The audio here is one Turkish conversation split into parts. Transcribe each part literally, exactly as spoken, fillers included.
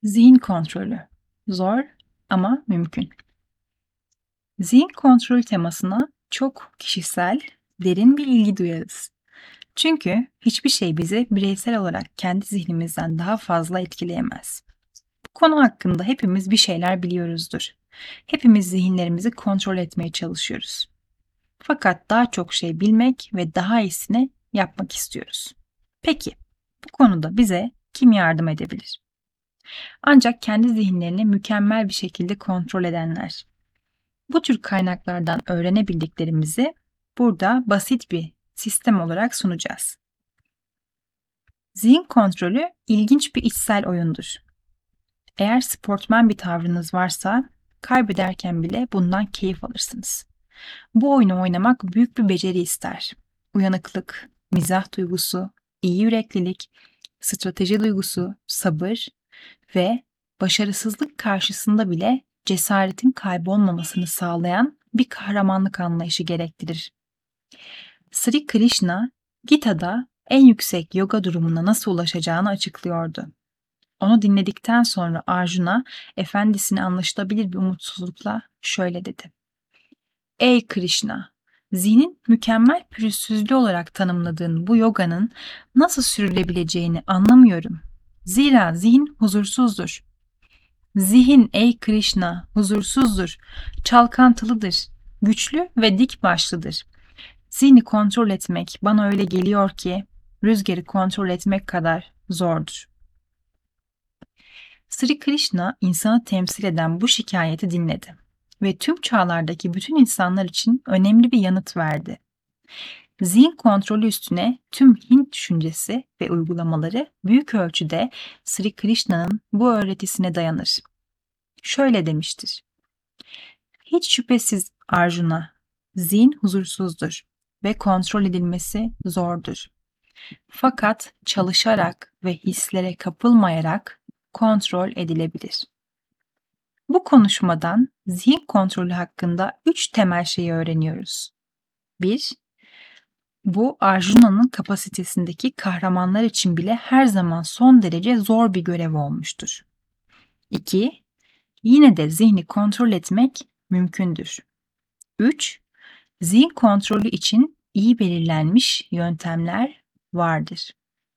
Zihin kontrolü. Zor ama mümkün. Zihin kontrolü temasına çok kişisel, derin bir ilgi duyarız. Çünkü hiçbir şey bizi bireysel olarak kendi zihnimizden daha fazla etkileyemez. Bu konu hakkında hepimiz bir şeyler biliyoruzdur. Hepimiz zihinlerimizi kontrol etmeye çalışıyoruz. Fakat daha çok şey bilmek ve daha iyisini yapmak istiyoruz. Peki, bu konuda bize kim yardım edebilir? Ancak kendi zihinlerini mükemmel bir şekilde kontrol edenler. Bu tür kaynaklardan öğrenebildiklerimizi burada basit bir sistem olarak sunacağız. Zihin kontrolü ilginç bir içsel oyundur. Eğer sportmen bir tavrınız varsa kaybederken bile bundan keyif alırsınız. Bu oyunu oynamak büyük bir beceri ister. Uyanıklık, mizah duygusu, iyi yüreklilik, strateji duygusu, sabır ve başarısızlık karşısında bile cesaretin kaybolmamasını sağlayan bir kahramanlık anlayışı gerektirir. Sri Krishna, Gita'da en yüksek yoga durumuna nasıl ulaşacağını açıklıyordu. Onu dinledikten sonra Arjuna, efendisine anlaşılabilir bir umutsuzlukla şöyle dedi. Ey Krishna! Zihnin mükemmel pürüzsüzlüğü olarak tanımladığın bu yoganın nasıl sürülebileceğini anlamıyorum. Zira zihin huzursuzdur. Zihin ey Krishna huzursuzdur, çalkantılıdır, güçlü ve dik başlıdır. Zihni kontrol etmek bana öyle geliyor ki rüzgarı kontrol etmek kadar zordur. Sri Krishna insanı temsil eden bu şikayeti dinledi ve tüm çağlardaki bütün insanlar için önemli bir yanıt verdi. Zihin kontrolü üstüne tüm Hint düşüncesi ve uygulamaları büyük ölçüde Sri Krishna'nın bu öğretisine dayanır. Şöyle demiştir. Hiç şüphesiz Arjuna, zihin huzursuzdur ve kontrol edilmesi zordur. Fakat çalışarak ve hislere kapılmayarak kontrol edilebilir. Bu konuşmadan zihin kontrolü hakkında üç temel şeyi öğreniyoruz. bir. Bu Arjuna'nın kapasitesindeki kahramanlar için bile her zaman son derece zor bir görev olmuştur. iki. Yine de zihni kontrol etmek mümkündür. üç. Zihin kontrolü için iyi belirlenmiş yöntemler vardır.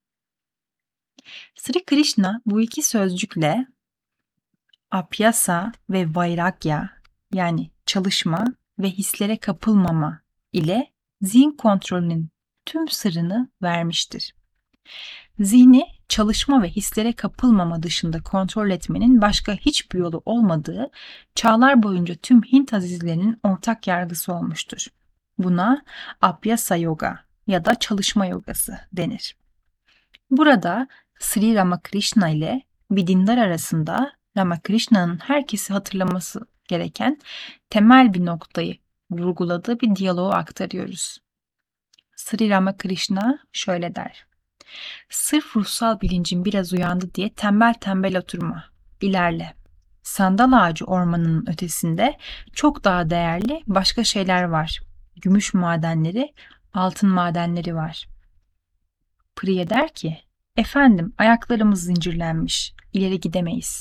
Sri Krishna bu iki sözcükle apyasa ve vairagya yani çalışma ve hislere kapılmama ile zihin kontrolünün tüm sırrını vermiştir. Zihni çalışma ve hislere kapılmama dışında kontrol etmenin başka hiçbir yolu olmadığı çağlar boyunca tüm Hint azizlerinin ortak yargısı olmuştur. Buna Abhyasa Yoga ya da çalışma yogası denir. Burada Sri Ramakrishna ile bir dindar arasında Ramakrishna'nın herkesi hatırlaması gereken temel bir noktayı vurguladığı bir diyaloğu aktarıyoruz. Sri Ramakrishna şöyle der. Sırf ruhsal bilincin biraz uyandı diye tembel tembel oturma. İlerle. Sandal ağacı ormanının ötesinde çok daha değerli başka şeyler var. Gümüş madenleri, altın madenleri var. Priya der ki, efendim ayaklarımız zincirlenmiş, ileri gidemeyiz.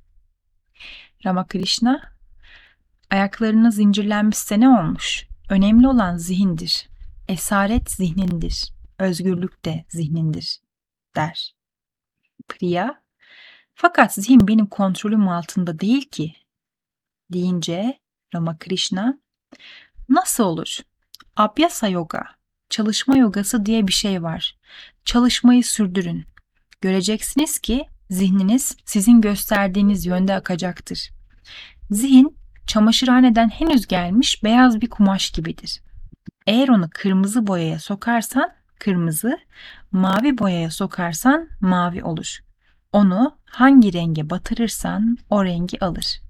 Ramakrishna, ayaklarınız zincirlenmişse ne olmuş? Önemli olan zihindir. Esaret zihnindir. Özgürlük de zihnindir, der. Priya, fakat zihin benim kontrolüm altında değil ki, deyince Ramakrishna, nasıl olur? Abhyasa yoga, çalışma yogası diye bir şey var. Çalışmayı sürdürün. Göreceksiniz ki zihniniz sizin gösterdiğiniz yönde akacaktır. Zihin, çamaşırhaneden henüz gelmiş beyaz bir kumaş gibidir. Eğer onu kırmızı boyaya sokarsan kırmızı, mavi boyaya sokarsan mavi olur. Onu hangi renge batırırsan o rengi alır.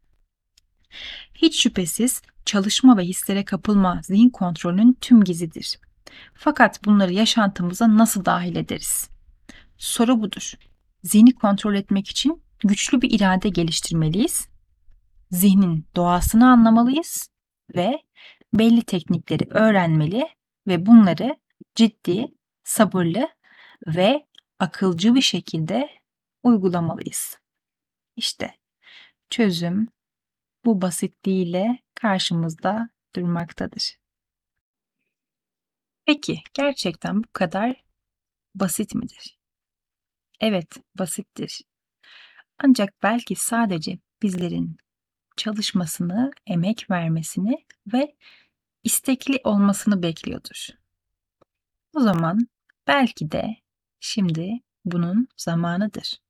Hiç şüphesiz çalışma ve hislere kapılma zihin kontrolünün tüm gizidir. Fakat bunları yaşantımıza nasıl dahil ederiz? Soru budur. Zihni kontrol etmek için güçlü bir irade geliştirmeliyiz. Zihnin doğasını anlamalıyız ve belli teknikleri öğrenmeli ve bunları ciddi, sabırlı ve akılcı bir şekilde uygulamalıyız. İşte çözüm bu basitliğiyle karşımızda durmaktadır. Peki gerçekten bu kadar basit midir? Evet, basittir. Ancak belki sadece bizlerin çalışmasını, emek vermesini ve istekli olmasını bekliyordur. O zaman belki de şimdi bunun zamanıdır.